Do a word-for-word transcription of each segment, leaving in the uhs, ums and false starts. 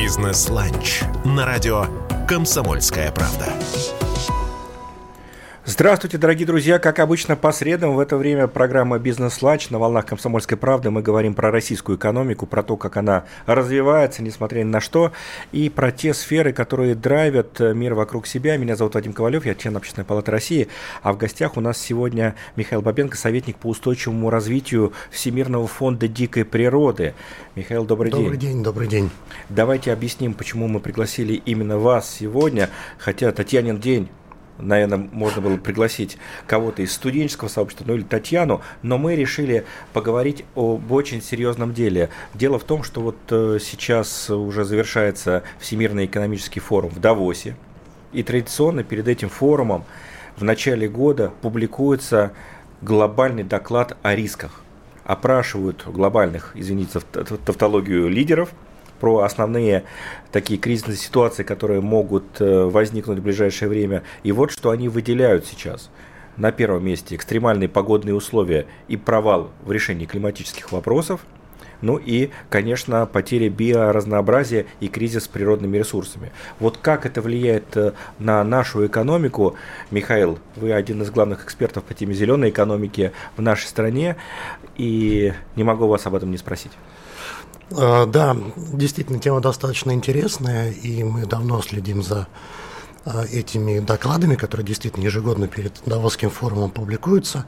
Бизнес-ланч на радио «Комсомольская правда». Здравствуйте, дорогие друзья! Как обычно, по средам в это время программа «Бизнес-ланч» на волнах «Комсомольской правды». Мы говорим про российскую экономику, про то, как она развивается, несмотря ни на что, и про те сферы, которые драйвят мир вокруг себя. Меня зовут Вадим Ковалев, я член Общественной палаты России, а в гостях у нас сегодня Михаил Бабенко, советник по устойчивому развитию Всемирного фонда дикой природы. Михаил, добрый день. Добрый день, добрый день. Давайте объясним, почему мы пригласили именно вас сегодня, хотя Татьянин день. Наверное, можно было пригласить кого-то из студенческого сообщества, ну или Татьяну, но мы решили поговорить об очень серьезном деле. Дело в том, что вот сейчас уже завершается Всемирный экономический форум в Давосе, и традиционно перед этим форумом в начале года публикуется глобальный доклад о рисках. Опрашивают глобальных, извините, тавтологию лидеров, про основные такие кризисные ситуации, которые могут возникнуть в ближайшее время. И вот что они выделяют сейчас. На первом месте экстремальные погодные условия и провал в решении климатических вопросов. Ну и, конечно, потеря биоразнообразия и кризис с природными ресурсами. Вот как это влияет на нашу экономику? Михаил, вы один из главных экспертов по теме зеленой экономики в нашей стране, и не могу вас об этом не спросить. Да, действительно, тема достаточно интересная, и мы давно следим за этими докладами, которые действительно ежегодно перед Давосским форумом публикуются.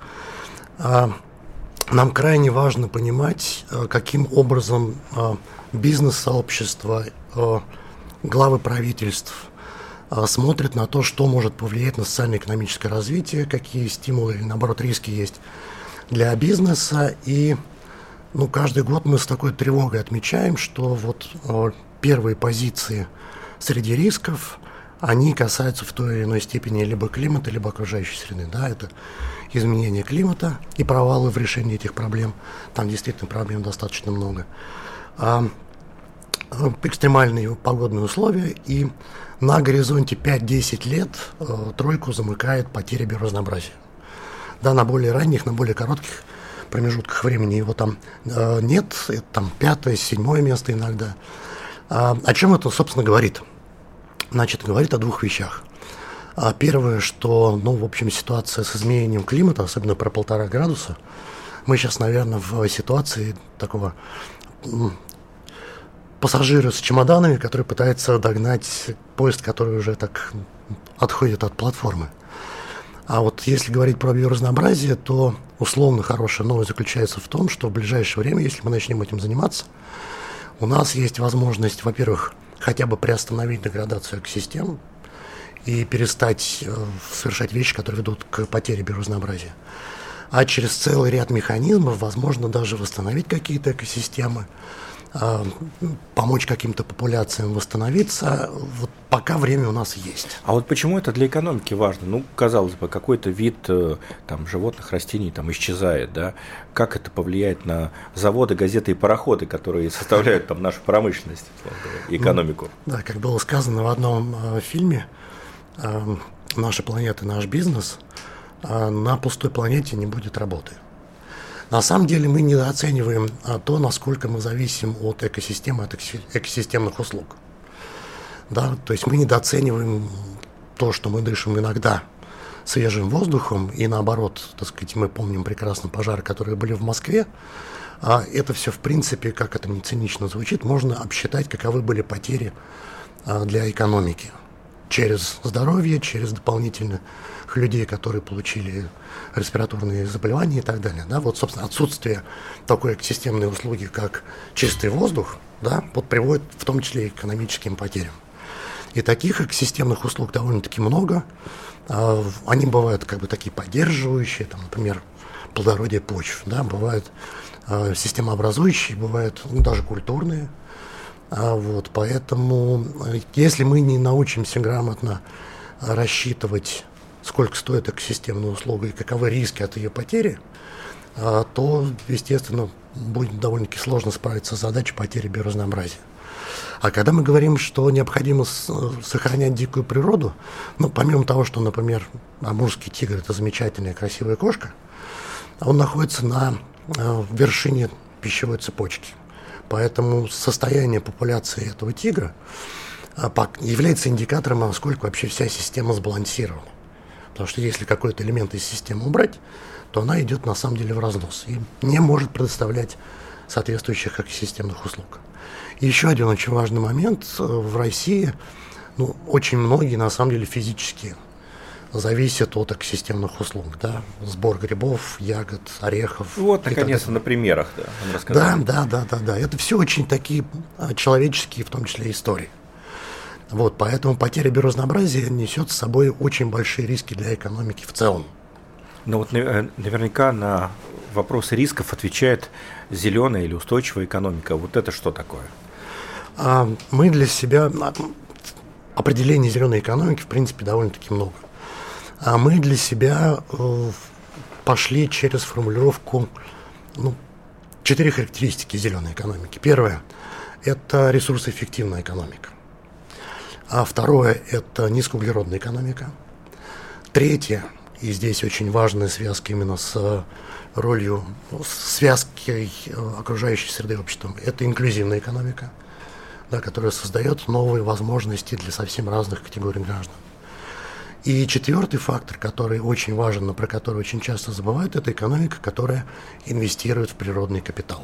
Нам крайне важно понимать, каким образом бизнес-сообщество, главы правительств смотрят на то, что может повлиять на социально-экономическое развитие, какие стимулы или, наоборот, риски есть для бизнеса. И Ну, каждый год мы с такой тревогой отмечаем, что вот э, первые позиции среди рисков, они касаются в той или иной степени либо климата, либо окружающей среды. Да, это изменение климата и провалы в решении этих проблем. Там действительно проблем достаточно много. А, экстремальные погодные условия, и на горизонте пять-десять лет э, тройку замыкает потеря биоразнообразия. Да, на более ранних, на более коротких промежутках времени его там э, нет, это там пятое, седьмое место иногда. А, о чем это, собственно, говорит? Значит, говорит о двух вещах. А, первое, что, ну, в общем, ситуация с изменением климата, особенно про полтора градуса, мы сейчас, наверное, в ситуации такого м, пассажира с чемоданами, который пытается догнать поезд, который уже так отходит от платформы. А вот если говорить про биоразнообразие, то условно хорошая новость заключается в том, что в ближайшее время, если мы начнем этим заниматься, у нас есть возможность, во-первых, хотя бы приостановить деградацию экосистем и перестать э, совершать вещи, которые ведут к потере биоразнообразия. А через целый ряд механизмов возможно даже восстановить какие-то экосистемы, э, помочь каким-то популяциям восстановиться, вот пока время у нас есть. А вот почему это для экономики важно? Ну, казалось бы, какой-то вид там, животных, растений там, исчезает, да? Как это повлияет на заводы, газеты и пароходы, которые составляют там, нашу промышленность, и экономику? Ну, да, как было сказано в одном э, фильме, э, «Наша планета, наш бизнес», э, на пустой планете не будет работы. На самом деле мы недооцениваем то, насколько мы зависим от экосистемы, от экосистемных услуг. Да, то есть мы недооцениваем то, что мы дышим иногда свежим воздухом, и наоборот, так сказать, мы помним прекрасно пожары, которые были в Москве. А это все, в принципе, как это не цинично звучит, можно обсчитать, каковы были потери для экономики. Через здоровье, через дополнительных людей, которые получили респираторные заболевания и так далее. Да, вот, собственно, отсутствие такой экосистемной услуги, как чистый воздух, да, вот приводит в том числе и к экономическим потерям. И таких экосистемных услуг довольно-таки много. Они бывают как бы такие поддерживающие, там, например, плодородие почв, да, бывают системообразующие, бывают, ну, даже культурные. Вот, поэтому, если мы не научимся грамотно рассчитывать, сколько стоит экосистемная услуга и каковы риски от ее потери, то, естественно, будет довольно-таки сложно справиться с задачей потери биоразнообразия. А когда мы говорим, что необходимо сохранять дикую природу, ну, помимо того, что, например, амурский тигр – это замечательная красивая кошка, он находится на вершине пищевой цепочки. Поэтому состояние популяции этого тигра является индикатором, насколько вообще вся система сбалансирована. Потому что если какой-то элемент из системы убрать, то она идет на самом деле в разнос и не может предоставлять соответствующих экосистемных услуг. И еще один очень важный момент. В России ну, очень многие, на самом деле, физически зависят от экосистемных услуг. Да? Сбор грибов, ягод, орехов. Вот, наконец-то, на примерах. Да, да, да, да, да, да. Это все очень такие человеческие, в том числе, истории. Вот, поэтому потеря биоразнообразия несет с собой очень большие риски для экономики в целом. Но вот наверняка на вопросы рисков отвечает зеленая или устойчивая экономика. Вот это что такое? Мы для себя... Определений зеленой экономики, в принципе, довольно-таки много. А мы для себя пошли через формулировку ну, четыре характеристики зеленой экономики. Первое – это ресурсоэффективная экономика. А второе – это низкоуглеродная экономика. Третье, и здесь очень важная связка именно с ролью, связки окружающей среды обществом, это инклюзивная экономика, да, которая создает новые возможности для совсем разных категорий граждан. И четвертый фактор, который очень важен, но про который очень часто забывают, это экономика, которая инвестирует в природный капитал.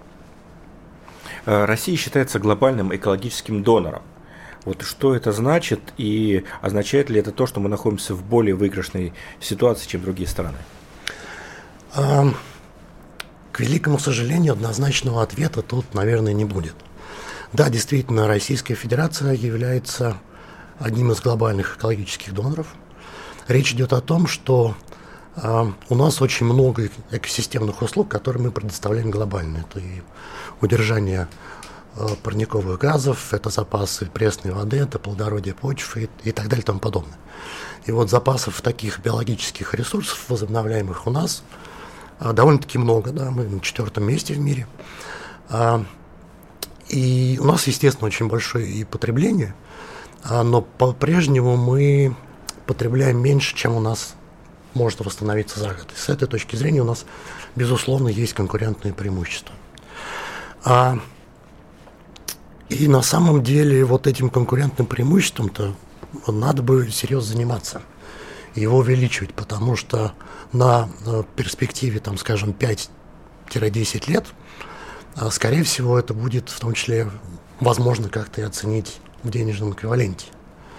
Россия считается глобальным экологическим донором. Вот что это значит и означает ли это то, что мы находимся в более выигрышной ситуации, чем другие страны? А, к великому сожалению, однозначного ответа тут, наверное, не будет. Да, действительно, Российская Федерация является одним из глобальных экологических доноров. Речь идет о том, что э, у нас очень много экосистемных услуг, которые мы предоставляем глобально. Это и удержание э, парниковых газов, это запасы пресной воды, это плодородие почв и, и так далее и тому подобное. И вот запасов таких биологических ресурсов возобновляемых у нас э, довольно-таки много. Да, мы на четвертом месте в мире. Э, И у нас, естественно, очень большое и потребление, но по-прежнему мы потребляем меньше, чем у нас может восстановиться за год. И с этой точки зрения у нас, безусловно, есть конкурентные преимущества. И на самом деле вот этим конкурентным преимуществом-то надо бы серьезно заниматься, его увеличивать, потому что на перспективе, там, скажем, пять-десять лет скорее всего, это будет в том числе возможно как-то и оценить в денежном эквиваленте.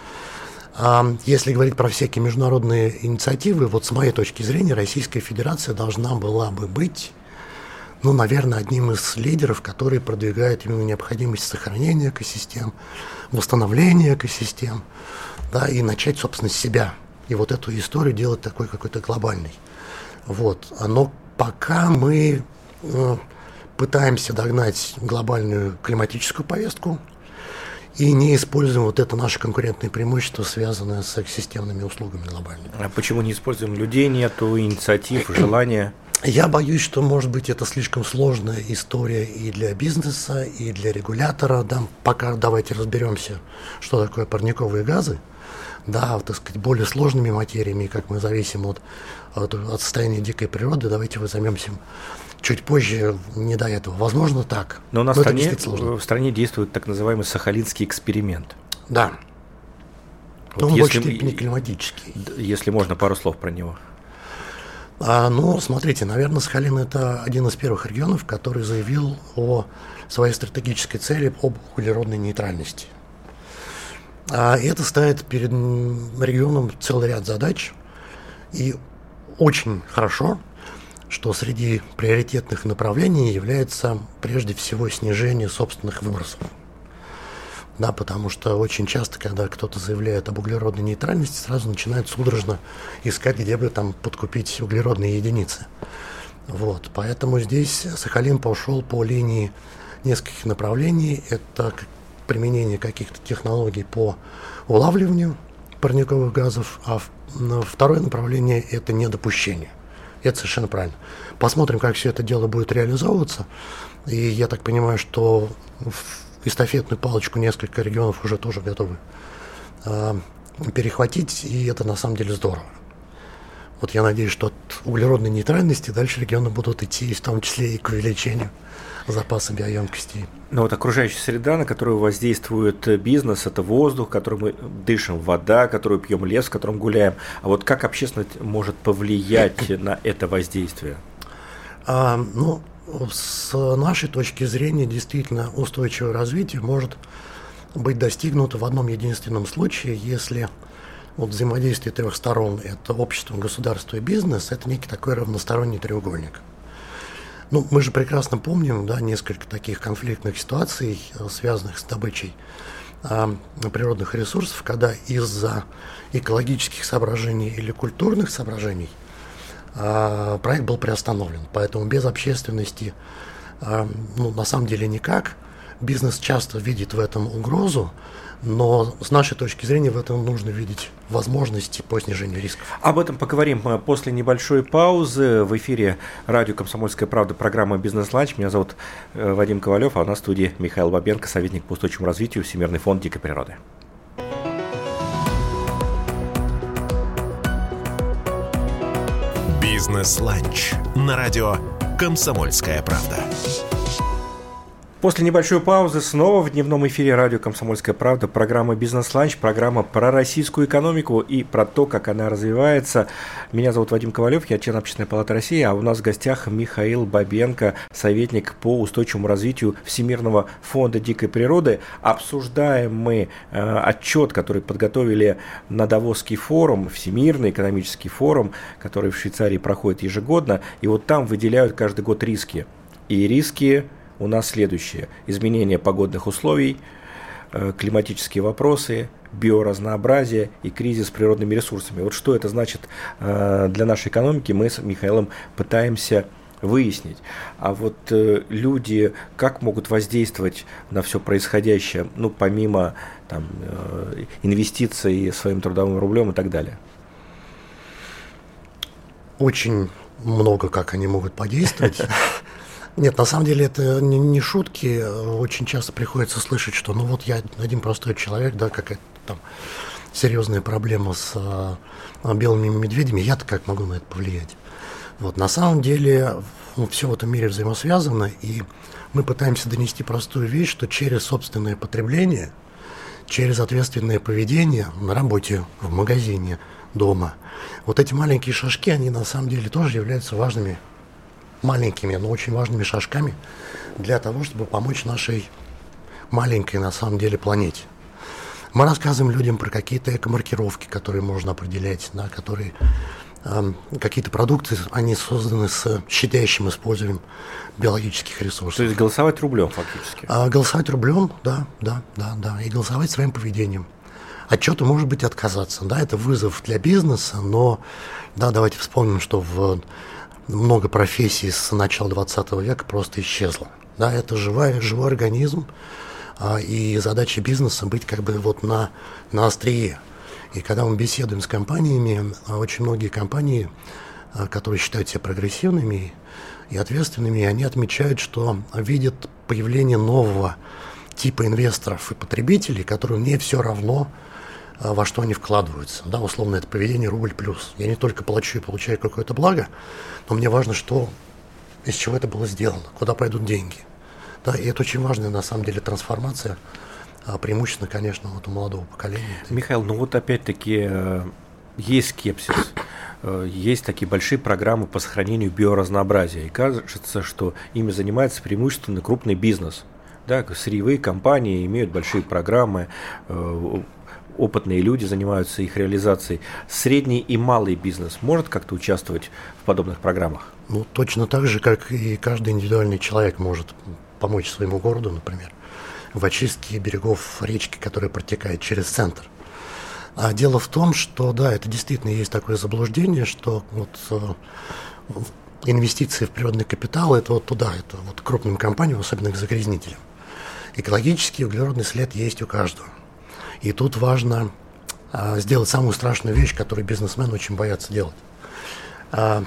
Если говорить про всякие международные инициативы, вот с моей точки зрения, Российская Федерация должна была бы быть, ну, наверное, одним из лидеров, которые продвигают именно необходимость сохранения экосистем, восстановления экосистем, да, и начать, собственно, с себя. И вот эту историю делать такой какой-то глобальной. Вот. Но пока мы пытаемся догнать глобальную климатическую повестку и не используем вот это наше конкурентное преимущество, связанное с экосистемными услугами глобальными. А почему не используем? Людей нету, инициатив, желания? Я боюсь, что, может быть, это слишком сложная история и для бизнеса, и для регулятора. Да, пока давайте разберемся, что такое парниковые газы. Да, так сказать, более сложными материями, как мы зависим от, от, от состояния дикой природы, давайте мы займемся чуть позже, не до этого. Возможно, так. Но у нас в стране, в стране действует так называемый Сахалинский эксперимент. Да. Вот он если, в большей степени климатический. Если можно, пару слов про него. А, ну, смотрите, наверное, Сахалин – это один из первых регионов, который заявил о своей стратегической цели об углеродной нейтральности. А это ставит перед регионом целый ряд задач. И очень хорошо, что среди приоритетных направлений является прежде всего снижение собственных выбросов. Да, потому что очень часто, когда кто-то заявляет об углеродной нейтральности, сразу начинают судорожно искать, где бы там подкупить углеродные единицы. Вот, поэтому здесь Сахалин пошел по линии нескольких направлений. Это применение каких-то технологий по улавливанию парниковых газов, а второе направление – это недопущение. Это совершенно правильно. Посмотрим, как все это дело будет реализовываться. И я так понимаю, что эстафетную палочку несколько регионов уже тоже готовы э, перехватить, и это на самом деле здорово. Вот я надеюсь, что от углеродной нейтральности дальше регионы будут идти, в том числе и к увеличению запаса биоемкостей. Но вот окружающая среда, на которую воздействует бизнес, это воздух, который мы дышим, вода, которую пьем, лес, в котором гуляем. А вот как общественность может повлиять на это воздействие? А, ну, с нашей точки зрения, действительно, устойчивое развитие может быть достигнуто в одном единственном случае, если вот взаимодействие трех сторон – это общество, государство и бизнес – это некий такой равносторонний треугольник. Ну, мы же прекрасно помним, да, несколько таких конфликтных ситуаций, связанных с добычей а, природных ресурсов, когда из-за экологических соображений или культурных соображений а, проект был приостановлен. Поэтому без общественности, а, ну, на самом деле никак. Бизнес часто видит в этом угрозу, но с нашей точки зрения в этом нужно видеть возможности по снижению рисков. Об этом поговорим после небольшой паузы. В эфире радио «Комсомольская правда», программа «Бизнес-ланч». Меня зовут Вадим Ковалев, а у нас в студии Михаил Бабенко, советник по устойчивому развитию, Всемирный фонд дикой природы. «Бизнес-ланч» на радио «Комсомольская правда». После небольшой паузы снова в дневном эфире радио «Комсомольская правда» программа «Бизнес-ланч», программа про российскую экономику и про то, как она развивается. Меня зовут Вадим Ковалев, я член Общественной палаты России, а у нас в гостях Михаил Бабенко, советник по устойчивому развитию Всемирного фонда дикой природы. Обсуждаем мы э, отчет, который подготовили на Давосский форум, Всемирный экономический форум, который в Швейцарии проходит ежегодно, и вот там выделяют каждый год риски. И риски у нас следующее: изменение погодных условий, климатические вопросы, биоразнообразие и кризис с природными ресурсами. Вот что это значит для нашей экономики, мы с Михаилом пытаемся выяснить. А вот люди как могут воздействовать на все происходящее, ну, помимо там, инвестиций своим трудовым рублем и так далее? Очень много как они могут подействовать. Нет, на самом деле это не, не шутки. Очень часто приходится слышать, что ну вот я один простой человек, да, какая-то там серьезная проблема с а, белыми медведями, я-то как могу на это повлиять? Вот, на самом деле ну, все в этом мире взаимосвязано, и мы пытаемся донести простую вещь, что через собственное потребление, через ответственное поведение на работе, в магазине, дома, вот эти маленькие шажки, они на самом деле тоже являются важными, маленькими, но очень важными шажками для того, чтобы помочь нашей маленькой, на самом деле, планете. Мы рассказываем людям про какие-то эко-маркировки, которые можно определять, да, которые э, какие-то продукты, они созданы с щадящим использованием биологических ресурсов. То есть голосовать рублем фактически? А, голосовать рублем, да, да, да, да, и голосовать своим поведением. От чего-то, может быть, отказаться. Да, это вызов для бизнеса, но да, давайте вспомним, что в много профессий с начала двадцатого века просто исчезло. Да, это живой, живой организм, а, и задача бизнеса быть как бы вот на, на острие. И когда мы беседуем с компаниями, очень многие компании, а, которые считают себя прогрессивными и ответственными, они отмечают, что видят появление нового типа инвесторов и потребителей, которым не все равно, во что они вкладываются. Да, условно, это поведение рубль плюс. Я не только плачу и получаю какое-то благо, но мне важно, что, из чего это было сделано, куда пойдут деньги. Да, и это очень важная, на самом деле, трансформация, преимущественно, конечно, вот у молодого поколения. Михаил, ну вот опять-таки есть скепсис, есть такие большие программы по сохранению биоразнообразия, и кажется, что ими занимается преимущественно крупный бизнес. Да, сырьевые компании имеют большие программы, опытные люди занимаются их реализацией. Средний и малый бизнес может как-то участвовать в подобных программах? Ну, точно так же, как и каждый индивидуальный человек может помочь своему городу, например, в очистке берегов речки, которая протекает через центр. А дело в том, что, да, это действительно есть такое заблуждение, что вот э, инвестиции в природный капитал – это вот туда, это вот крупным компаниям, особенно к загрязнителям. Экологический углеродный след есть у каждого. И тут важно а, сделать самую страшную вещь, которую бизнесмены очень боятся делать. А,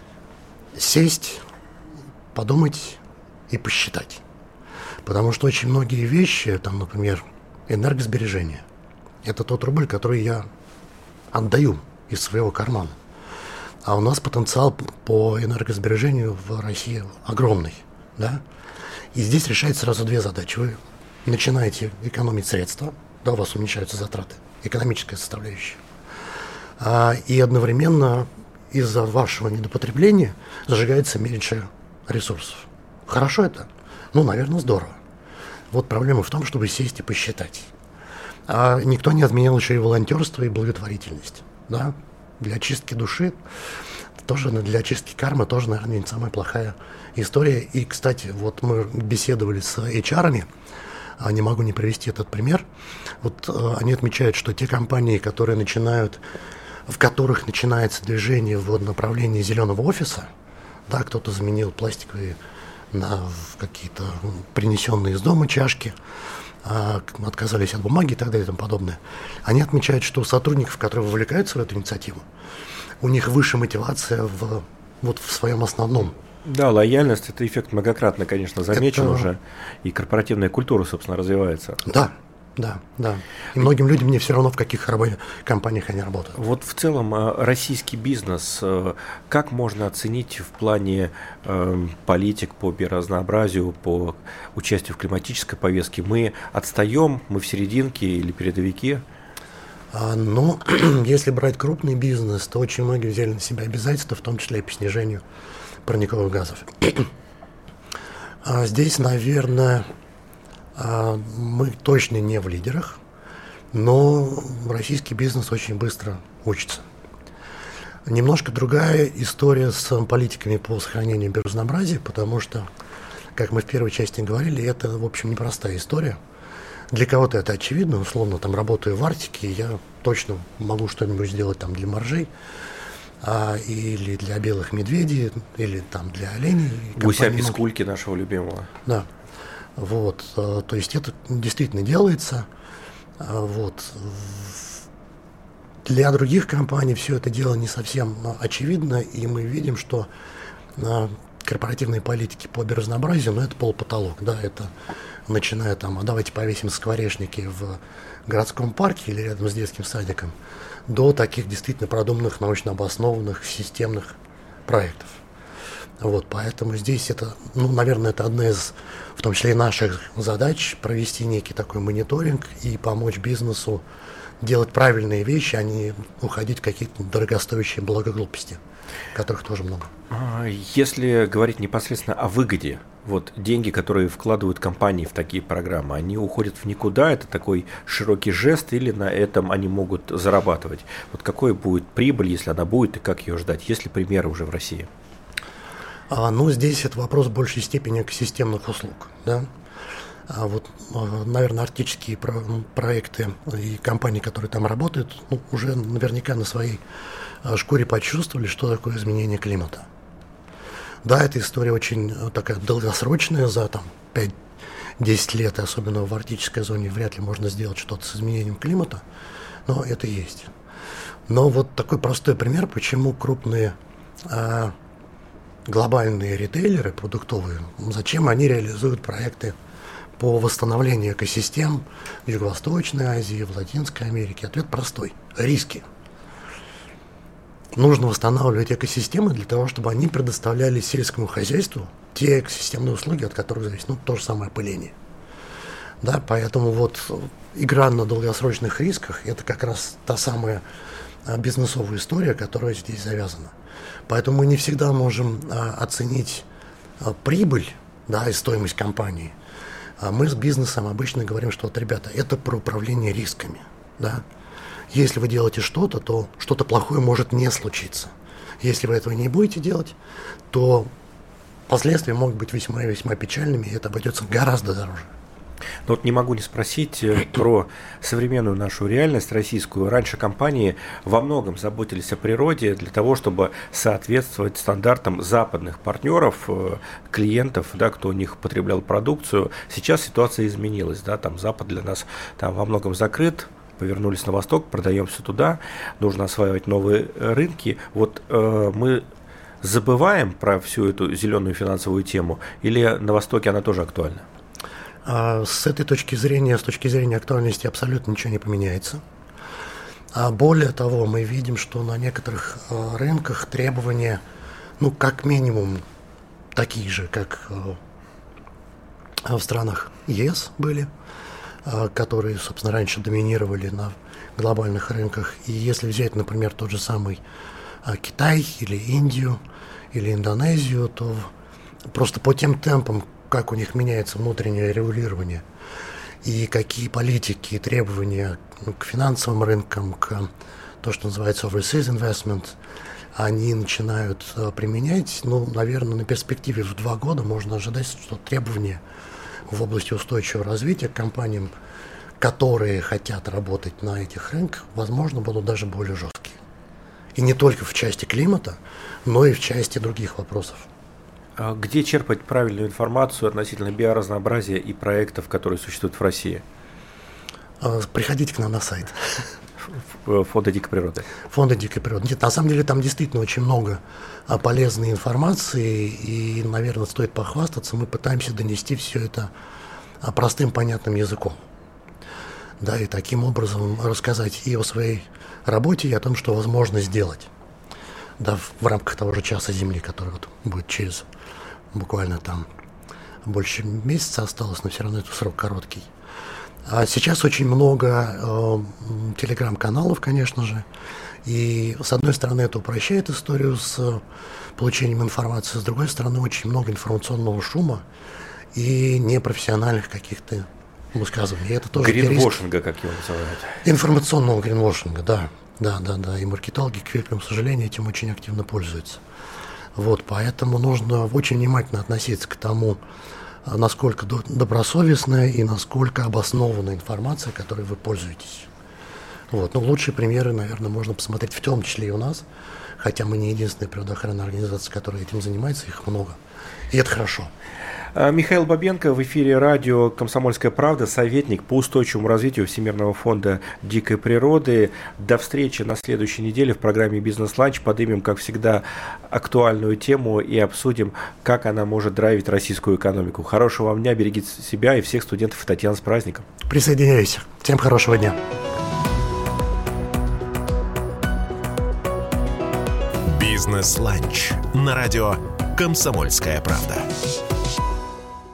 сесть, подумать и посчитать. Потому что очень многие вещи, там, например, энергосбережение, это тот рубль, который я отдаю из своего кармана. А у нас потенциал по энергосбережению в России огромный. Да? И здесь решается сразу две задачи. Вы начинаете экономить средства, да, у вас уменьшаются затраты, экономическая составляющая. А, и одновременно из-за вашего недопотребления зажигается меньше ресурсов. Хорошо это? Ну, наверное, здорово. Вот проблема в том, чтобы сесть и посчитать. А никто не отменял еще и волонтерство, и благотворительность. Да? Для очистки души, тоже для очистки кармы, тоже, наверное, не самая плохая история. И, кстати, вот мы беседовали с эйч ар-ами, не могу не привести этот пример. Вот э, они отмечают, что те компании, которые начинают, в которых начинается движение в направлении зеленого офиса, да, кто-то заменил пластиковые на какие-то принесенные из дома чашки, э, отказались от бумаги и так далее и тому подобное, они отмечают, что у сотрудников, которые вовлекаются в эту инициативу, у них выше мотивация в, вот в своем основном. Да, лояльность – это эффект многократно, конечно, замечен это... уже, и корпоративная культура, собственно, развивается. Да, да, да. И многим людям не все равно, в каких компаниях они работают. Вот в целом российский бизнес, как можно оценить в плане э, политик по биоразнообразию, по участию в климатической повестке? Мы отстаем, мы в серединке или передовики? А, ну, если брать крупный бизнес, то очень многие взяли на себя обязательства, в том числе и по снижению парниковых газов. А здесь, наверное, мы точно не в лидерах, но российский бизнес очень быстро учится. Немножко другая история с политиками по сохранению биоразнообразия, потому что, как мы в первой части говорили, это, в общем, непростая история. Для кого-то это очевидно, условно, там, работаю в Арктике, я точно могу что-нибудь сделать там для моржей, А, или для белых медведей, или там для оленей. Гуся-пискульки нашего любимого. Да. Вот. А, то есть это действительно делается. А, вот. Для других компаний все это дело не совсем очевидно, и мы видим, что а, корпоративные политики по биоразнообразию, ну, это полупотолок, да, это начиная там, а давайте повесим скворечники в городском парке или рядом с детским садиком, до таких действительно продуманных, научно обоснованных, системных проектов. Вот, поэтому здесь это, ну, наверное, это одна из, в том числе и наших задач, провести некий такой мониторинг и помочь бизнесу делать правильные вещи, а не уходить в какие-то дорогостоящие благоглупости, которых тоже много. Если говорить непосредственно о выгоде, вот деньги, которые вкладывают компании в такие программы, они уходят в никуда, это такой широкий жест, или на этом они могут зарабатывать? Вот какой будет прибыль, если она будет, и как ее ждать? Есть ли примеры уже в России? А, ну, здесь это вопрос в большей степени экосистемных услуг, да. А вот, наверное, арктические про- проекты и компании, которые там работают, ну, уже наверняка на своей шкуре почувствовали, что такое изменение климата. Да, эта история очень такая долгосрочная, за там пять-десять лет, и особенно в арктической зоне, вряд ли можно сделать что-то с изменением климата, но это есть. Но вот такой простой пример, почему крупные а, глобальные ритейлеры продуктовые, зачем они реализуют проекты по восстановлению экосистем в Юго-Восточной Азии, в Латинской Америке? Ответ простой. Риски. Нужно восстанавливать экосистемы для того, чтобы они предоставляли сельскому хозяйству те экосистемные услуги, от которых зависит, ну, то же самое опыление. Да, поэтому вот игра на долгосрочных рисках – это как раз та самая бизнесовая история, которая здесь завязана. Поэтому мы не всегда можем а, оценить а, прибыль, да, и стоимость компании. А мы с бизнесом обычно говорим, что вот, ребята, это про управление рисками. Да? Если вы делаете что-то, то что-то плохое может не случиться. Если вы этого не будете делать, то последствия могут быть весьма и весьма печальными, и это обойдется гораздо дороже. Но вот не могу не спросить про современную нашу реальность российскую. Раньше компании во многом заботились о природе для того, чтобы соответствовать стандартам западных партнеров, клиентов, да, кто у них потреблял продукцию. Сейчас ситуация изменилась, да, там Запад для нас там во многом закрыт. Повернулись на восток, продаем все туда, нужно осваивать новые рынки. Вот э, мы забываем про всю эту зеленую финансовую тему, или на Востоке она тоже актуальна? А с этой точки зрения, с точки зрения актуальности, абсолютно ничего не поменяется. А более того, мы видим, что на некоторых рынках требования, ну, как минимум, такие же, как в странах ЕС были, которые, собственно, раньше доминировали на глобальных рынках. И если взять, например, тот же самый Китай или Индию или Индонезию, то просто по тем темпам, как у них меняется внутреннее регулирование и какие политики и требования к финансовым рынкам, к то, что называется overseas investment, они начинают применять, ну, наверное, на перспективе в два года можно ожидать, что требования в области устойчивого развития к компаниям, которые хотят работать на этих рынках, возможно, будут даже более жесткие. И не только в части климата, но и в части других вопросов. Где черпать правильную информацию относительно биоразнообразия и проектов, которые существуют в России? Приходите к нам на сайт. Фонда дикой природы. Фонда дикой природы. Нет, на самом деле там действительно очень много полезной информации, и, наверное, стоит похвастаться, мы пытаемся донести все это простым, понятным языком. Да, и таким образом рассказать и о своей работе, и о том, что возможно сделать. Да, в, в рамках того же часа Земли, который вот будет через буквально там больше месяца осталось, но все равно это срок короткий. А сейчас очень много э, телеграм-каналов, конечно же, и с одной стороны это упрощает историю с получением информации, с другой стороны очень много информационного шума и непрофессиональных каких-то высказываний. Это тоже гринвошинга, как его называют. Информационного гринвошинга, да. Да, да, да. И маркетологи, к великому сожалению, этим очень активно пользуются. Вот, поэтому нужно очень внимательно относиться к тому, насколько добросовестная и насколько обоснованная информация, которой вы пользуетесь. Вот. Ну, лучшие примеры, наверное, можно посмотреть в том числе и у нас, хотя мы не единственная природоохранная организация, которая этим занимается, их много. И это хорошо. Михаил Бабенко в эфире радио «Комсомольская правда», советник по устойчивому развитию Всемирного фонда дикой природы. До встречи на следующей неделе в программе «Бизнес-ланч». Поднимем, как всегда, актуальную тему и обсудим, как она может драйвить российскую экономику. Хорошего вам дня, берегите себя и всех студентов. Татьяна, с праздником. Присоединяюсь. Всем хорошего дня. «Бизнес-ланч» на радио «Комсомольская правда».